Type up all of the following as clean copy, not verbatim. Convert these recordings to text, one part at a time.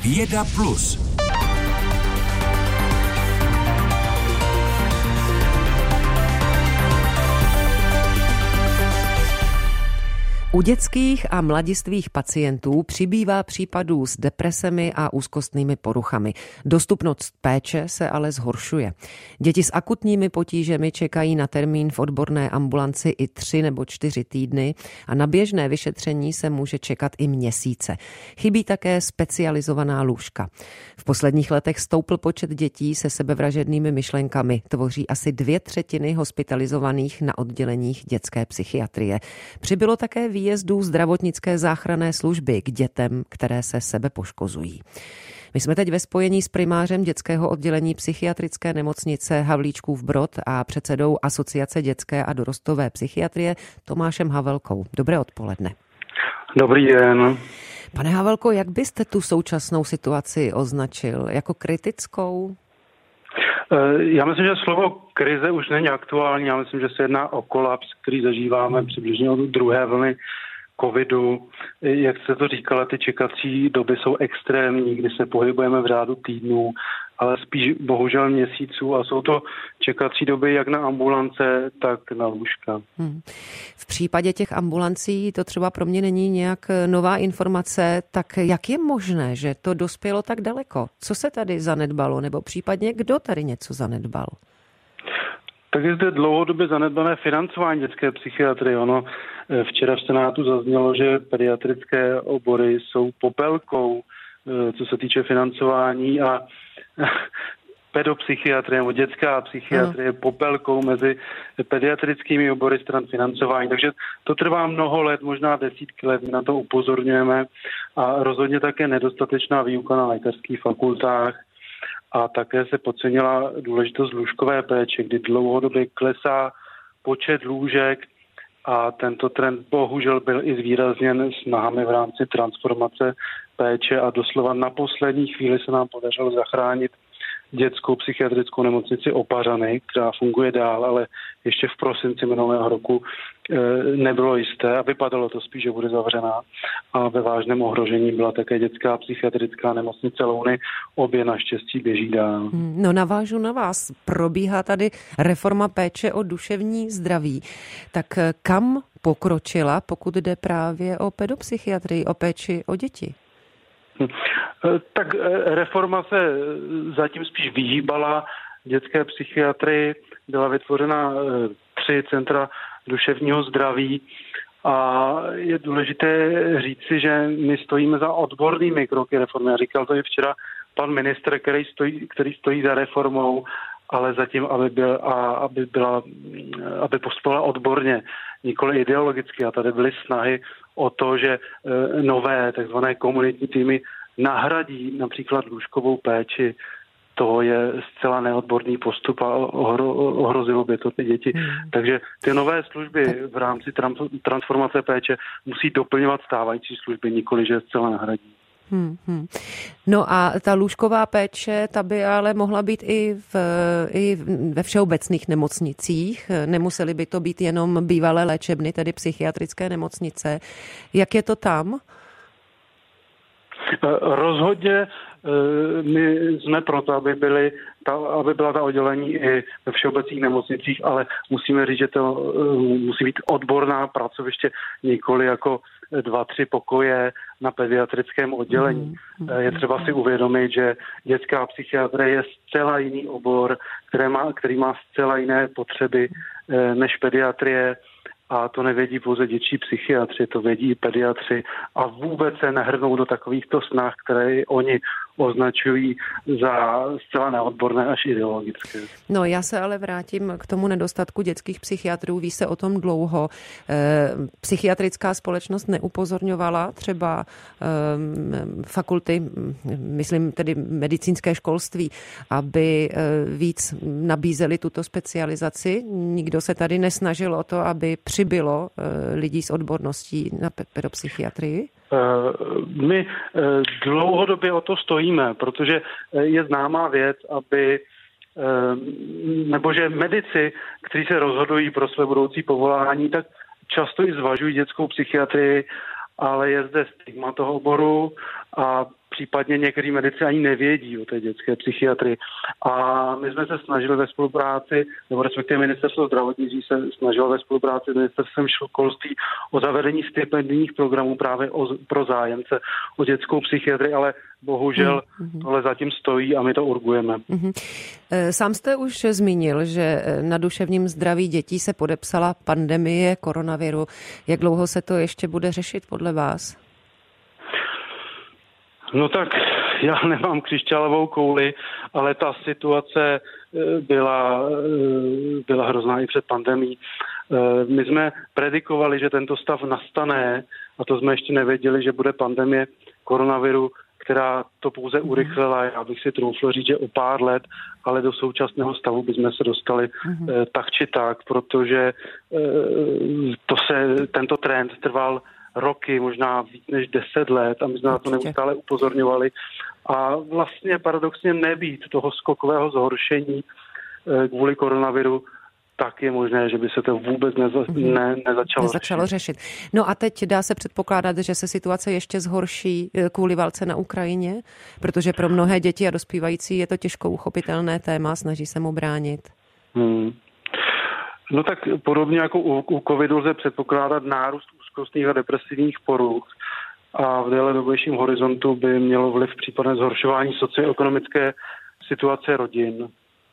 Věda plus. U dětských a mladistvých pacientů přibývá případů s depresemi a úzkostnými poruchami. Dostupnost péče se ale zhoršuje. Děti s akutními potížemi čekají na termín v odborné ambulanci i 3 nebo 4 týdny a na běžné vyšetření se může čekat i měsíce. Chybí také specializovaná lůžka. V posledních letech stoupl počet dětí se sebevražednými myšlenkami. Tvoří asi 2/3 hospitalizovaných na odděleních dětské psychiatrie. Přibylo také výjezdů zdravotnické záchranné služby k dětem, které se sebe poškozují. My jsme teď ve spojení s primářem dětského oddělení psychiatrické nemocnice Havlíčkův Brod a předsedou Asociace dětské a dorostové psychiatrie Tomášem Havelkou. Dobré odpoledne. Dobrý den. Pane Havelko, jak byste tu současnou situaci označil? Jako kritickou? Já myslím, že slovo krize už není aktuální. Já myslím, že se jedná o kolaps, který zažíváme přibližně od druhé vlny covidu. Jak jste to říkala, ty čekací doby jsou extrémní, kdy se pohybujeme v řádu týdnů, ale spíš bohužel měsíců a jsou to čekací doby jak na ambulance, tak na lůžka. V případě těch ambulancí to třeba pro mě není nějak nová informace, tak jak je možné, že to dospělo tak daleko? Co se tady zanedbalo, nebo případně kdo tady něco zanedbal? Tak je zde dlouhodobě zanedbané financování dětské psychiatrie. Včera v Senátu zaznělo, že pediatrické obory jsou popelkou, co se týče financování, a pedopsychiatrie nebo dětská psychiatrie popelkou mezi pediatrickými obory stran financování. Takže to trvá mnoho let, možná desítky let, my na to upozorňujeme, a rozhodně také nedostatečná výuka na lékařských fakultách. A také se podcenila důležitost lůžkové péče, kdy dlouhodobě klesá počet lůžek a tento trend bohužel byl i zvýrazněn snahami v rámci transformace péče a doslova na poslední chvíli se nám podařilo zachránit dětskou psychiatrickou nemocnici Opařany, která funguje dál, ale ještě v prosinci minulého roku nebylo jisté a vypadalo to spíš, že bude zavřená. A ve vážném ohrožení byla také dětská psychiatrická nemocnice Louny. Obě naštěstí běží dál. No, navážu na vás. Probíhá tady reforma péče o duševní zdraví. Tak kam pokročila, pokud jde právě o pedopsychiatrii, o péči o děti? Tak reforma se zatím spíš vyhýbala dětské psychiatrii. Byla vytvořena 3 centra duševního zdraví a je důležité říci, že my stojíme za odbornými kroky reformy. A říkal to i včera pan ministr, který stojí za reformou, ale zatím, aby postupovala odborně, nikoli ideologicky. A tady byly snahy o to, že nové takzvané komunitní týmy nahradí například lůžkovou péči. To je zcela neodborný postup a ohrozilo by to ty děti. Takže ty nové služby v rámci transformace péče musí doplňovat stávající služby, nikoli že zcela nahradí. No a ta lůžková péče, ta by ale mohla být i ve všeobecných nemocnicích. Nemusely by to být jenom bývalé léčebny, tedy psychiatrické nemocnice. Jak je to tam? Rozhodně my jsme proto, aby byla ta oddělení i ve všeobecných nemocnicích, ale musíme říct, že to musí být odborná pracoviště, nikoli jako 2-3 pokoje na pediatrickém oddělení. Je třeba si uvědomit, že dětská psychiatrie je zcela jiný obor, který má zcela jiné potřeby než pediatrie. A to nevědí pouze dětští psychiatři, to vědí i pediatři a vůbec se nehrnou do takovýchto snah, které oni označují za zcela neodborné až ideologické. No, já se ale vrátím k tomu nedostatku dětských psychiatrů. Ví se o tom dlouho. Psychiatrická společnost neupozorňovala třeba fakulty, myslím tedy medicínské školství, aby víc nabízeli tuto specializaci. Nikdo se tady nesnažil o to, aby přibylo lidí s odborností na pedopsychiatrii? My dlouhodobě o to stojíme, protože je známá věc, nebo že medici, kteří se rozhodují pro své budoucí povolání, tak často i zvažují dětskou psychiatrii, ale je zde stigma toho oboru a případně někteří medici ani nevědí o té dětské psychiatrii. A my jsme se snažili ve spolupráci, nebo respektive Ministerstvo zdravotnictví se snažilo ve spolupráci s Ministerstvem školství o zavedení stipendijních programů právě pro zájemce o dětskou psychiatrii, ale bohužel tohle zatím stojí a my to urgujeme. Sám jste už zmínil, že na duševním zdraví dětí se podepsala pandemie koronaviru. Jak dlouho se to ještě bude řešit podle vás? No tak já nemám křišťálovou kouli, ale ta situace byla hrozná i před pandemií. My jsme predikovali, že tento stav nastane, a to jsme ještě nevěděli, že bude pandemie koronaviru, která to pouze urychlila. Já bych si troufl říct, že o pár let, ale do současného stavu bychom se dostali tak či tak, protože tento trend trval roky, možná víc než 10 let a my jsme na to neustále upozorňovali. A vlastně paradoxně nebýt toho skokového zhoršení kvůli koronaviru, tak je možné, že by se to vůbec nezačalo řešit. No a teď dá se předpokládat, že se situace ještě zhorší kvůli válce na Ukrajině, protože pro mnohé děti a dospívající je to těžko uchopitelné téma, snaží se mu bránit. No tak podobně jako u covidu lze předpokládat nárůst úzkostných a depresivních poruch a v déledobějším horizontu by mělo vliv případné zhoršování socioekonomické situace rodin.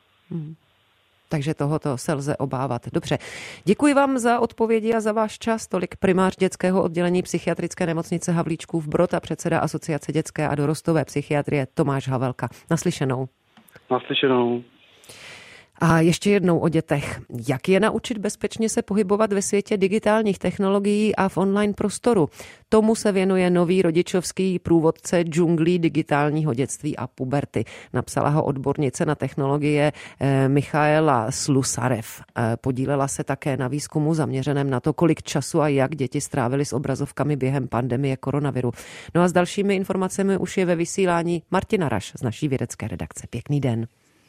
Takže tohoto se lze obávat. Dobře. Děkuji vám za odpovědi a za váš čas. Tolik primář dětského oddělení psychiatrické nemocnice Havlíčkův Brod a předseda Asociace dětské a dorostové psychiatrie Tomáš Havelka. Naslyšenou. Naslyšenou. A ještě jednou o dětech. Jak je naučit bezpečně se pohybovat ve světě digitálních technologií a v online prostoru? Tomu se věnuje nový rodičovský průvodce džunglí digitálního dětství a puberty. Napsala ho odbornice na technologie Michaela Slusarev. Podílela se také na výzkumu zaměřeném na to, kolik času a jak děti strávily s obrazovkami během pandemie koronaviru. No a s dalšími informacemi už je ve vysílání Martina Raš z naší vědecké redakce. Pěkný den.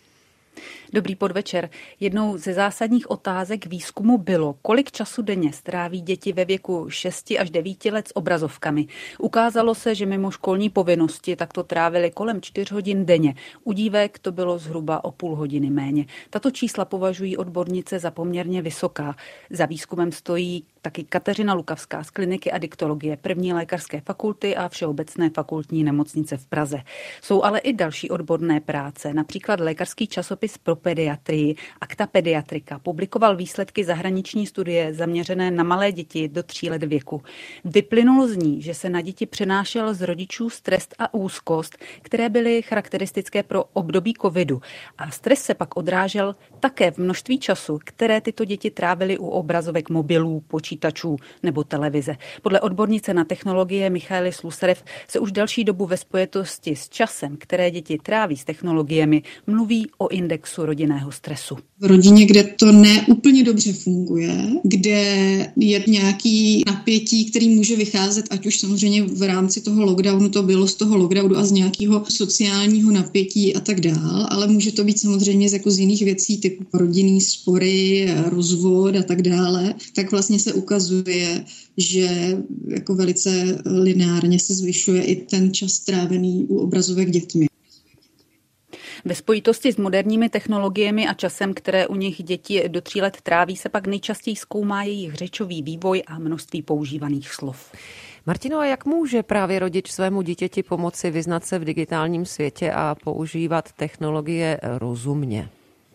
Dobrý podvečer. Jednou ze zásadních otázek výzkumu bylo, kolik času denně stráví děti ve věku 6 až 9 let s obrazovkami. Ukázalo se, že mimo školní povinnosti takto trávili kolem 4 hodin denně. U dívek to bylo zhruba o půl hodiny méně. Tato čísla považují odbornice za poměrně vysoká. Za výzkumem stojí taky Kateřina Lukavská z kliniky adiktologie 1. lékařské fakulty a Všeobecné fakultní nemocnice v Praze. Jsou ale i další odborné práce, například lékařský časopis pro pediatrii Acta Pediatrica publikoval výsledky zahraniční studie zaměřené na malé děti do 3 let věku. Vyplynulo z ní, že se na děti přenášel z rodičů stres a úzkost, které byly charakteristické pro období covidu. A stres se pak odrážel také v množství času, které tyto děti trávily u obrazovek mobilů, počítačů nebo televize. Podle odbornice na technologie Michaely Slusarev se už další dobu ve spojitosti s časem, které děti tráví s technologiemi, mluví o indexu rodinného stresu. V rodině, kde to neúplně dobře funguje, kde je nějaký napětí, který může vycházet, ať už samozřejmě v rámci toho lockdownu, to bylo z toho lockdownu a z nějakého sociálního napětí a tak dál, ale může to být samozřejmě z jiných věcí, typu rodinný spory, rozvod a tak dále, tak vlastně se ukazuje, že jako velice lineárně se zvyšuje i ten čas strávený u obrazovek dětmi. Ve spojitosti s moderními technologiemi a časem, které u nich děti do 3 let tráví, se pak nejčastěji zkoumá jejich řečový vývoj a množství používaných slov. Martino, a jak může právě rodič svému dítěti pomoci vyznat se v digitálním světě a používat technologie rozumně?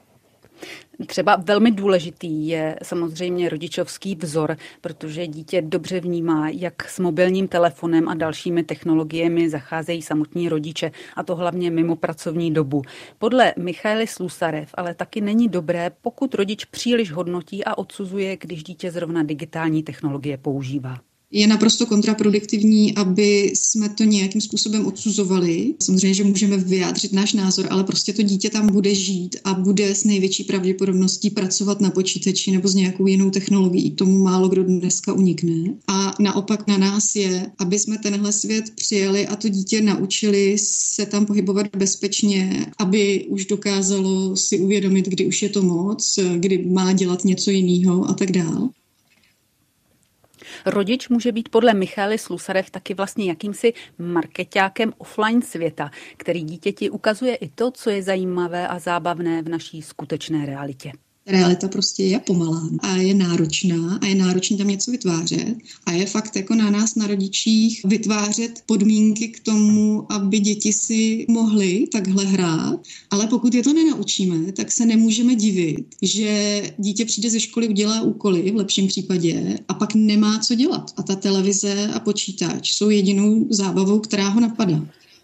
Třeba velmi důležitý je samozřejmě rodičovský vzor, protože dítě dobře vnímá, jak s mobilním telefonem a dalšími technologiemi zacházejí samotní rodiče, a to hlavně mimo pracovní dobu. Podle Michaely Slusarev ale taky není dobré, pokud rodič příliš hodnotí a odsuzuje, když dítě zrovna digitální technologie používá. Je naprosto kontraproduktivní, aby jsme to nějakým způsobem odsuzovali. Samozřejmě, že můžeme vyjádřit náš názor, ale prostě to dítě tam bude žít a bude s největší pravděpodobností pracovat na počítači nebo s nějakou jinou technologií. Tomu málo kdo dneska unikne. A naopak na nás je, aby jsme tenhle svět přijali a to dítě naučili se tam pohybovat bezpečně, aby už dokázalo si uvědomit, kdy už je to moc, kdy má dělat něco jiného a tak dál. Rodič může být podle Michaely Slusarev taky vlastně jakýmsi markeťákem offline světa, který dítěti ukazuje i to, co je zajímavé a zábavné v naší skutečné realitě. Realita prostě je pomalá a je náročná a je náročný tam něco vytvářet a je fakt jako na nás, na rodičích, vytvářet podmínky k tomu, aby děti si mohly takhle hrát, ale pokud je to nenaučíme, tak se nemůžeme divit, že dítě přijde ze školy, udělá úkoly v lepším případě a pak nemá co dělat a ta televize a počítač jsou jedinou zábavou, která ho napadá.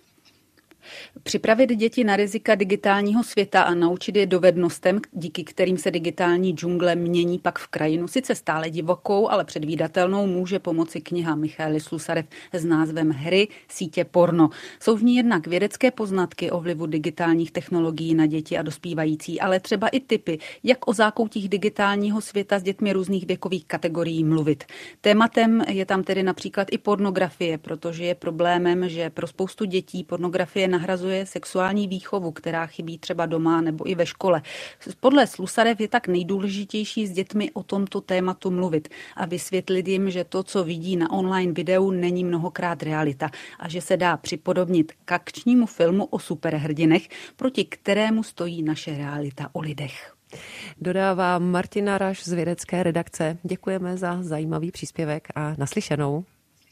Připravit děti na rizika digitálního světa a naučit je dovednostem, díky kterým se digitální džungle mění pak v krajinu, sice stále divokou, ale předvídatelnou, může pomoci kniha Michaely Slusarev s názvem Hry, sítě, porno. Jsou v ní jednak vědecké poznatky o vlivu digitálních technologií na děti a dospívající, ale třeba i tipy, jak o zákoutích digitálního světa s dětmi různých věkových kategorií mluvit. Tématem je tam tedy například i pornografie, protože je problémem, že pro spoustu dětí pornografie nahrazuje sexuální výchovu, která chybí třeba doma nebo i ve škole. Podle Slusarev je tak nejdůležitější s dětmi o tomto tématu mluvit a vysvětlit jim, že to, co vidí na online videu, není mnohokrát realita a že se dá připodobnit k akčnímu filmu o superhrdinech, proti kterému stojí naše realita o lidech. Dodává Martina Raš z vědecké redakce. Děkujeme za zajímavý příspěvek a naslyšenou.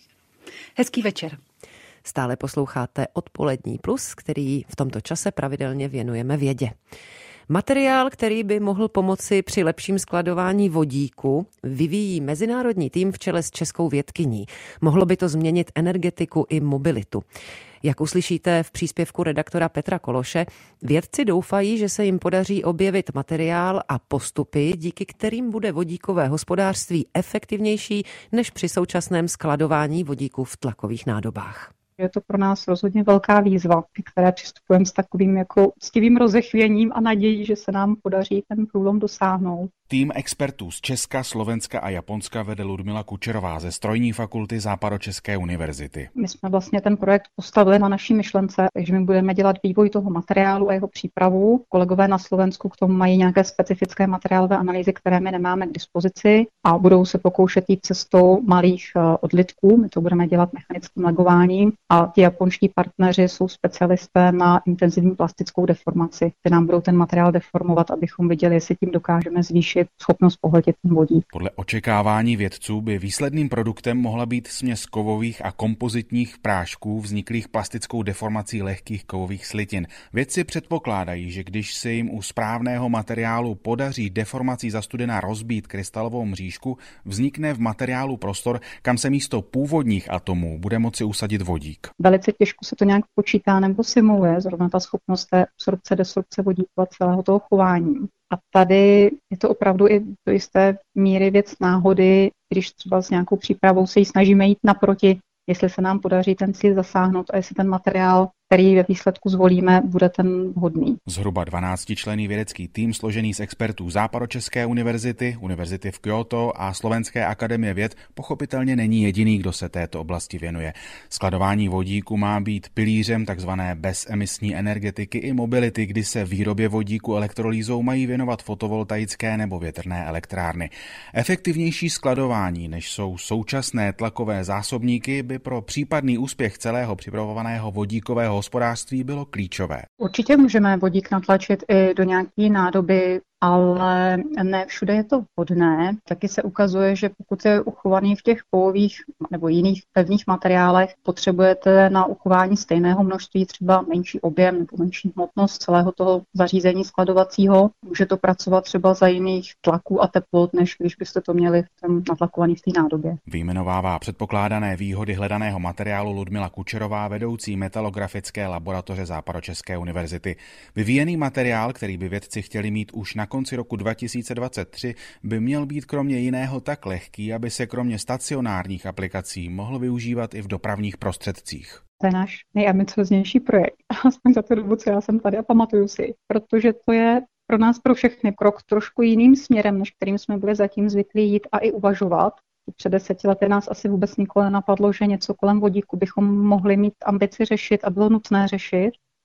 Hezký večer. Stále posloucháte Odpolední plus, který v tomto čase pravidelně věnujeme vědě. Materiál, který by mohl pomoci při lepším skladování vodíku, vyvíjí mezinárodní tým v čele s českou vědkyní. Mohlo by to změnit energetiku i mobilitu. Jak uslyšíte v příspěvku redaktora Petra Kološe, vědci doufají, že se jim podaří objevit materiál a postupy, díky kterým bude vodíkové hospodářství efektivnější než při současném skladování vodíku v tlakových nádobách. Je to pro nás rozhodně velká výzva, které přistupujeme s takovým jako úctivým rozechvěním a nadějí, že se nám podaří ten průlom dosáhnout. Tým expertů z Česka, Slovenska a Japonska vede Ludmila Kučerová ze Strojní fakulty Západočeské univerzity. My jsme vlastně ten projekt postavili na naší myšlence, takže my budeme dělat vývoj toho materiálu a jeho přípravu. Kolegové na Slovensku k tomu mají nějaké specifické materiálové analýzy, které my nemáme k dispozici a budou se pokoušet jít cestou malých odlitků. My to budeme dělat mechanickým legováním a ti japonští partneři jsou specialisté na intenzivní plastickou deformaci, kde nám budou ten materiál deformovat, abychom viděli, jestli tím dokážeme zvýšit schopnost pohltit ten vodík. Podle očekávání vědců by výsledným produktem mohla být směs kovových a kompozitních prášků vzniklých plastickou deformací lehkých kovových slitin. Vědci předpokládají, že když se jim u správného materiálu podaří deformací zastudená rozbít krystalovou mřížku, vznikne v materiálu prostor, kam se místo původních atomů bude moci usadit vodík. Velice těžko se to nějak počítá nebo simuluje, zrovna ta schopnost té absorpce, desorpce vodíku a celého toho chování. A tady je to opravdu i do jisté míry věc náhody, když třeba s nějakou přípravou se jí snažíme jít naproti, jestli se nám podaří ten cíl zasáhnout a jestli ten materiál, který ve výsledku zvolíme, bude ten vhodný. Zhruba 12členný vědecký tým složený z expertů Západočeské univerzity, univerzity v Kyoto a Slovenské akademie věd pochopitelně není jediný, kdo se této oblasti věnuje. Skladování vodíku má být pilířem takzvané bezemisní energetiky i mobility, kdy se výrobě vodíku elektrolýzou mají věnovat fotovoltaické nebo větrné elektrárny. Efektivnější skladování, než jsou současné tlakové zásobníky, by pro případný úspěch celého připravovaného vodíkového hospodářství bylo klíčové. Určitě můžeme vodík natlačit i do nějaké nádoby, ale ne všude je to vhodné. Taky se ukazuje, že pokud je uchovaný v těch kovových nebo jiných pevných materiálech, potřebujete na uchování stejného množství třeba menší objem nebo menší hmotnost celého toho zařízení skladovacího. Může to pracovat třeba za jiných tlaků a teplot, než když byste to měli natlakovaný v té nádobě. Vyjmenovává předpokládané výhody hledaného materiálu Ludmila Kučerová, vedoucí metalografické laboratoře Západočeské univerzity. Vyvíjený materiál, který by vědci chtěli mít už na konci roku 2023, by měl být kromě jiného tak lehký, aby se kromě stacionárních aplikací mohl využívat i v dopravních prostředcích. To je náš nejambicioznější projekt, aspoň za tu dobu, co já jsem tady a pamatuju si, protože to je pro nás pro všechny krok trošku jiným směrem, než kterým jsme byli zatím zvyklí jít a i uvažovat. Před 10 lety nás asi vůbec nikoho nenapadlo, že něco kolem vodíku bychom mohli mít ambici řešit a bylo nutné řešit.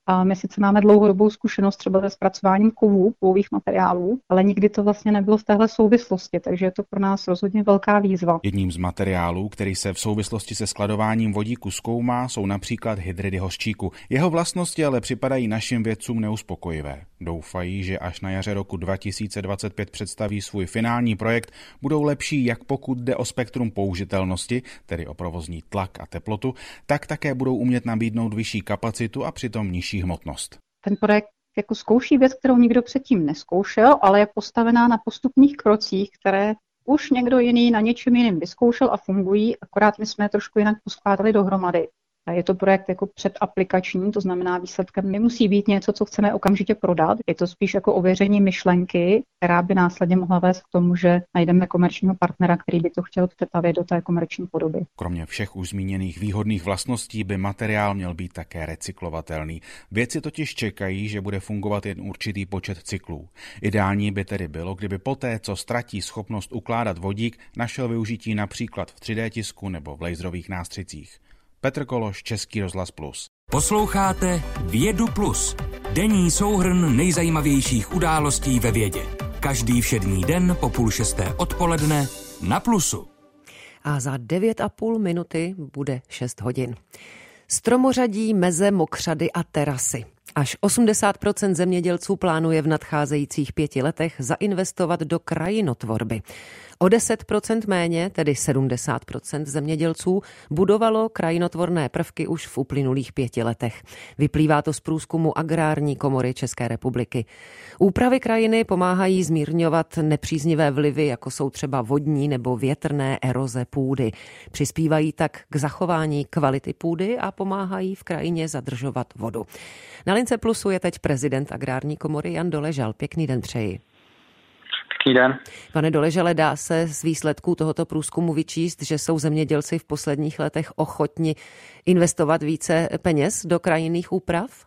A my sice máme dlouhodobou zkušenost třeba se zpracováním kovových materiálů, ale nikdy to vlastně nebylo v téhle souvislosti, takže je to pro nás rozhodně velká výzva. Jedním z materiálů, který se v souvislosti se skladováním vodíku zkoumá, jsou například hydridy hořčíku. Jeho vlastnosti ale připadají našim vědcům neuspokojivé. Doufají, že až na jaře roku 2025 představí svůj finální projekt, budou lepší jak pokud jde o spektrum použitelnosti, tedy o provozní tlak a teplotu, tak také budou umět nabídnout vyšší kapacitu a přitom nižší hmotnost. Ten projekt jako zkouší věc, kterou nikdo předtím neskoušel, ale je postavená na postupných krocích, které už někdo jiný na něčem jiným vyzkoušel a fungují, akorát my jsme je trošku jinak poskládali dohromady. Je to projekt jako předaplikační, to znamená výsledkem nemusí být něco, co chceme okamžitě prodat. Je to spíš jako ověření myšlenky, která by následně mohla vést k tomu, že najdeme komerčního partnera, který by to chtěl přetavit do té komerční podoby. Kromě všech už zmíněných výhodných vlastností by materiál měl být také recyklovatelný. Vědci totiž čekají, že bude fungovat jen určitý počet cyklů. Ideální by tedy bylo, kdyby poté, co ztratí schopnost ukládat vodík, našel využití například v 3D tisku nebo v laserových nástřicích. Petr Kološ, Český rozhlas Plus. Posloucháte Vědu Plus, denní souhrn nejzajímavějších událostí ve vědě. Každý všední den po 5:30 odpoledne na Plusu. A za 9,5 minuty bude 6 hodin. Stromořadí, meze, mokřady a terasy. Až 80% zemědělců plánuje v nadcházejících 5 letech zainvestovat do krajinotvorby. O 10% méně, tedy 70% zemědělců, budovalo krajinotvorné prvky už v uplynulých 5 letech. Vyplývá to z průzkumu Agrární komory České republiky. Úpravy krajiny pomáhají zmírňovat nepříznivé vlivy, jako jsou třeba vodní nebo větrné eroze půdy. Přispívají tak k zachování kvality půdy a pomáhají v krajině zadržovat vodu. Na lince Plusu je teď prezident Agrární komory Jan Doležal. Pěkný den přeji. Pěkný den. Pane Doležale, dá se z výsledků tohoto průzkumu vyčíst, že jsou zemědělci v posledních letech ochotni investovat více peněz do krajinných úprav?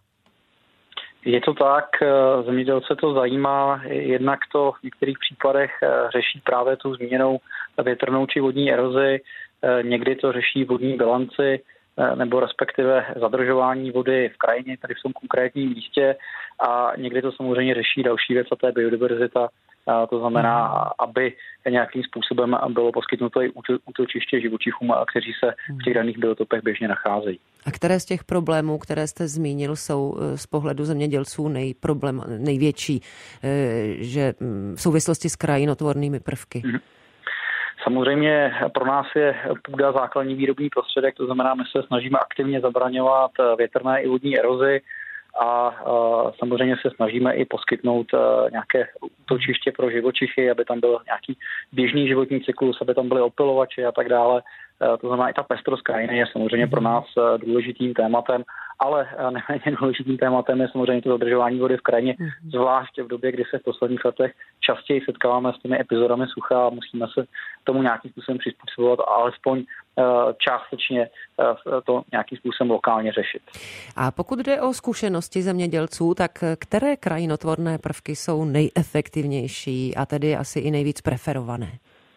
Je to tak, zemědělce to zajímá, jednak to v některých případech řeší právě tu zmíněnou větrnou či vodní erozi, někdy to řeší vodní bilanci, nebo respektive zadržování vody v krajině, tady v tom konkrétním místě, a někdy to samozřejmě řeší další věc, a to je biodiverzita. To znamená, aby nějakým způsobem bylo poskytnuto i útočiště živočichům, kteří se v těch daných biotopech běžně nacházejí. A které z těch problémů, které jste zmínil, jsou z pohledu zemědělců největší, že v souvislosti s krajinotvornými prvky? Samozřejmě pro nás je půda základní výrobní prostředek, to znamená, my se snažíme aktivně zabraňovat větrné i vodní erozi a samozřejmě se snažíme i poskytnout nějaké útočiště pro živočichy, aby tam byl nějaký běžný životní cyklus, aby tam byly opilovači a tak dále. To znamená, i ta pestrost krajiny je samozřejmě pro nás důležitým tématem, ale neméně důležitým tématem je samozřejmě to zadržování vody v krajině, zvlášť v době, kdy se v posledních letech častěji setkáváme s těmi epizodami sucha a musíme se tomu nějakým způsobem přizpůsobovat a alespoň částečně to nějakým způsobem lokálně řešit. A pokud jde o zkušenosti zemědělců, tak které krajinotvorné prvky jsou nejefektivnější a tedy asi i nejvíc preferované?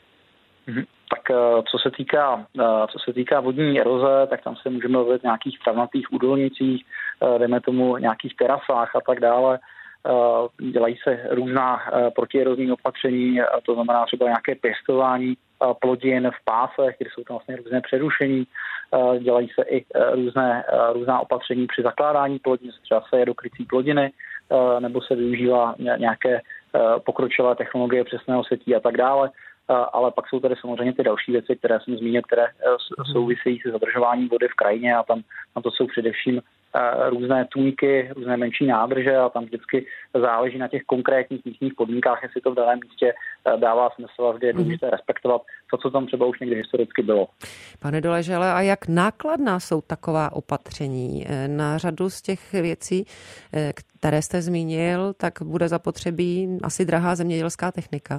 Tak co se týká vodní eroze, tak tam se můžeme bavit v nějakých travnatých údolnicích, dejme tomu nějakých terasách a tak dále. Dělají se různá protierozní opatření, to znamená třeba nějaké pěstování plodin v pásech, kde jsou tam vlastně různé přerušení. Dělají se i různá opatření při zakládání plodin, třeba se je do krycí plodiny, nebo se využívá nějaké pokročilé technologie přesného setí a tak dále. Ale pak jsou tady samozřejmě ty další věci, které jsem zmínil, které souvisejí se zadržováním vody v krajině a tam to jsou především různé tůňky, různé menší nádrže a tam vždycky záleží na těch konkrétních místních podmínkách, jestli to v daném místě dává smysl a vždy je důležité respektovat to, co tam třeba už někdy historicky bylo. Pane Doležale, a jak nákladná jsou taková opatření? Na řadu z těch věcí, které jste zmínil, tak bude zapotřebí asi drahá zemědělská technika.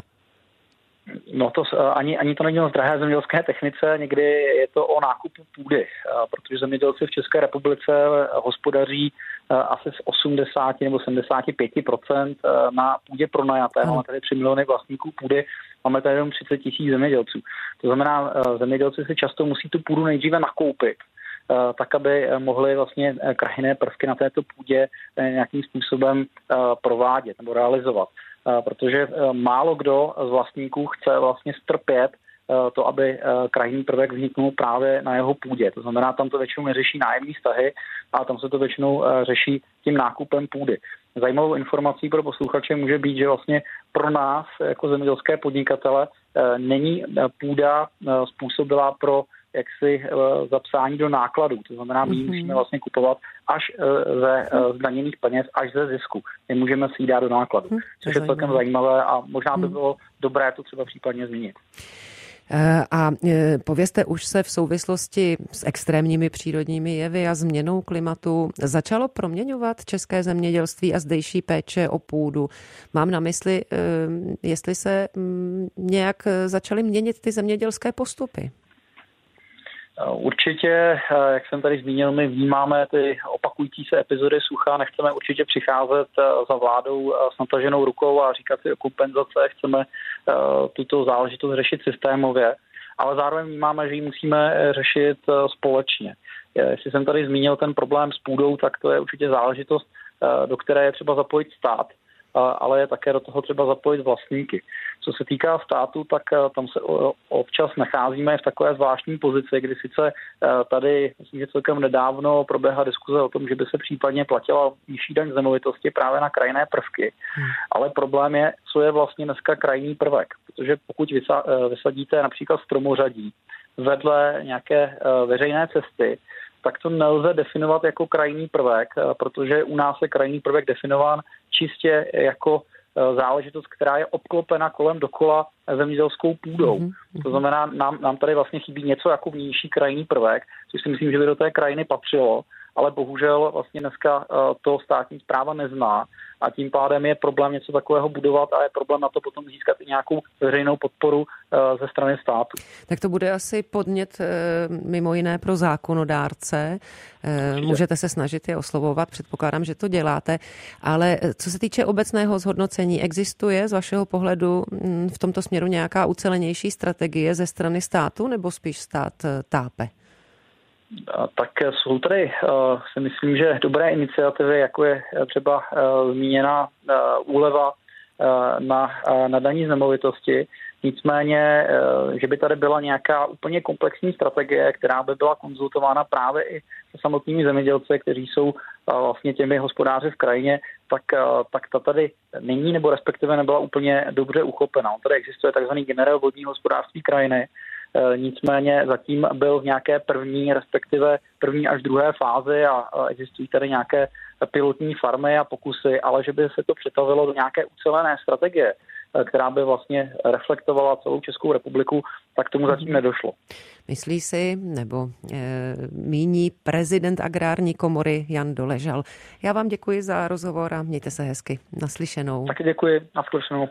No to ani to není o drahé zemědělské technice, někdy je to o nákupu půdy, protože zemědělci v České republice hospodaří asi z 80 nebo 75% na půdě pronajaté. Máme tady 3 miliony vlastníků půdy, máme tady jenom 30 000 zemědělců. To znamená, zemědělci si často musí tu půdu nejdříve nakoupit, tak aby mohly vlastně krajinné prvky na této půdě nějakým způsobem provádět nebo realizovat. Protože málo kdo z vlastníků chce vlastně strpět to, aby krajinný prvek vzniknul právě na jeho půdě. To znamená, tam to většinou neřeší nájemní vztahy, a tam se to většinou řeší tím nákupem půdy. Zajímavou informací pro posluchače může být, že vlastně pro nás jako zemědělské podnikatele není půda způsobilá pro jaksi zapsání do nákladů. To znamená, my musíme vlastně kupovat až ze zdaněných peněz, až ze zisku. Nemůžeme si ji dát do nákladu. Což je celkem zajímavé a možná by bylo dobré to třeba případně zmínit. A povězte, už se v souvislosti s extrémními přírodními jevy a změnou klimatu začalo proměňovat české zemědělství a zdejší péče o půdu? Mám na mysli, jestli se nějak začaly měnit ty zemědělské postupy. Určitě, jak jsem tady zmínil, my vnímáme ty opakující se epizody sucha, nechceme určitě přicházet za vládou s nataženou rukou a říkat si o kompenzace, chceme tuto záležitost řešit systémově, ale zároveň vnímáme, že ji musíme řešit společně. Jestli jsem tady zmínil ten problém s půdou, tak to je určitě záležitost, do které je třeba zapojit stát, ale je také do toho třeba zapojit vlastníky. Co se týká státu, tak tam se občas nacházíme v takové zvláštní pozici, kdy sice tady, myslím, že celkem nedávno proběhla diskuze o tom, že by se případně platila nižší daň z nemovitosti právě na krajinné prvky. Ale problém je, co je vlastně dneska krajinný prvek. Protože pokud vysadíte například stromořadí vedle nějaké veřejné cesty, tak to nelze definovat jako krajinný prvek, protože u nás je krajinný prvek definován čistě jako záležitost, která je obklopena kolem dokola zemědělskou půdou. To znamená, nám tady vlastně chybí něco jako vnější krajinný prvek, což si myslím, že by do té krajiny patřilo, ale bohužel vlastně dneska to státní správa nezná a tím pádem je problém něco takového budovat a je problém na to potom získat i nějakou veřejnou podporu ze strany státu. Tak to bude asi podnět mimo jiné pro zákonodárce. Můžete se snažit je oslovovat, předpokládám, že to děláte, ale co se týče obecného zhodnocení, existuje z vašeho pohledu v tomto směru nějaká ucelenější strategie ze strany státu nebo spíš stát tápe? Tak jsou tady, si myslím, že dobré iniciativy, jako je třeba zmíněná úleva na daní z nemovitosti. Nicméně, že by tady byla nějaká úplně komplexní strategie, která by byla konzultována právě i se samotnými zemědělci, kteří jsou vlastně těmi hospodáři v krajině, tak ta tady není, nebo respektive nebyla úplně dobře uchopena. Tady existuje takzvaný generál vodního hospodářství krajiny. Nicméně zatím byl v nějaké první až druhé fázi a existují tady nějaké pilotní farmy a pokusy, ale že by se to přetavilo do nějaké ucelené strategie, která by vlastně reflektovala celou Českou republiku, tak tomu zatím nedošlo. Myslí si, nebo míní prezident Agrární komory Jan Doležal. Já vám děkuji za rozhovor a mějte se hezky. Naslyšenou. Taky děkuji. Naslyšenou.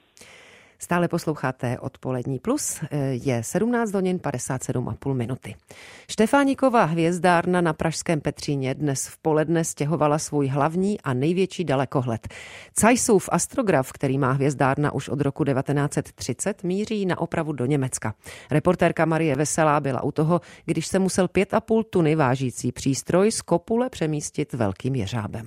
Stále posloucháte Odpolední plus, je 17 hodin 57,5 minuty. Štefánikova hvězdárna na pražském Petříně dnes v poledne stěhovala svůj hlavní a největší dalekohled. Zeissův astrograf, který má hvězdárna už od roku 1930, míří na opravu do Německa. Reportérka Marie Veselá byla u toho, když se musel 5,5 tuny vážící přístroj z kopule přemístit velkým jeřábem.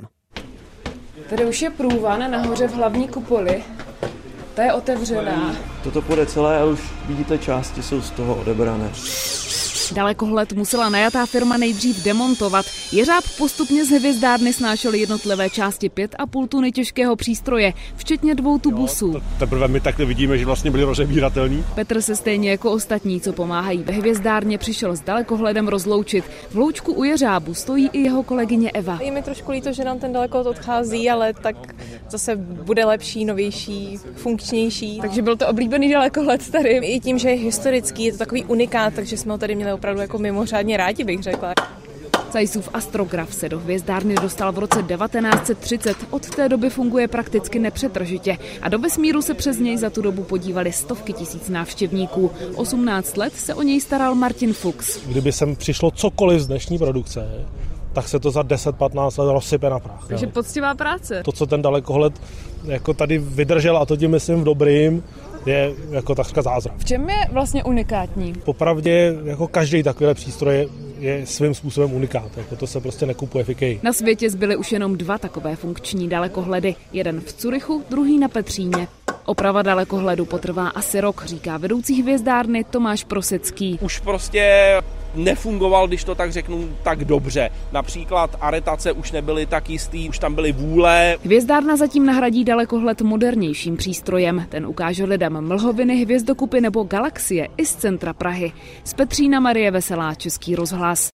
Tady už je průvan nahoře v hlavní kupoli. Ta je otevřená. Toto půjde celé a už vidíte, části jsou z toho odebrané. Dalekohled musela najatá firma nejdřív demontovat. Jeřáb postupně z hvězdárny snášel jednotlivé části 5,5 tuny těžkého přístroje, včetně 2 tubusů. Teprve my takhle vidíme, že vlastně byli rozebíratelní. Petr se stejně jako ostatní, co pomáhají ve hvězdárně, přišel s dalekohledem rozloučit. V hloučku u jeřábu stojí i jeho kolegyně Eva. Je mi trošku líto, že nám ten dalekohled odchází, ale tak zase bude lepší, novější, funkčnější. Takže byl to oblíbený dalekohled tady. I tím, že je historický, je to takový unikát, takže jsme ho tady měli opravdu jako mimořádně rádi, bych řekla. Zeissův astrograf se do hvězdárny dostal v roce 1930. Od té doby funguje prakticky nepřetržitě a do vesmíru se přes něj za tu dobu podívali stovky tisíc návštěvníků. 18 let se o něj staral Martin Fuchs. Kdyby sem přišlo cokoliv z dnešní produkce, tak se to za 10-15 let rozsype na prach. Takže poctivá práce. To, co ten dalekohled jako tady vydržel, a to tím myslím v dobrým, je jako takřka zázrak. V čem je vlastně unikátní? Popravdě jako každý takovýhle přístroj je svým způsobem unikát. Jako to se prostě nekupuje v IKEA. Na světě zbyly už jenom 2 takové funkční dalekohledy. Jeden v Curychu, druhý na Petříně. Oprava dalekohledu potrvá asi rok, říká vedoucí hvězdárny Tomáš Prosecký. Už prostě nefungoval, když to tak řeknu, tak dobře. Například aretace už nebyly tak jistý, už tam byly vůle. Hvězdárna zatím nahradí dalekohled modernějším přístrojem. Ten ukáže lidem mlhoviny, hvězdokupy nebo galaxie i z centra Prahy. Z Petřína Marie Veselá, Český rozhlas.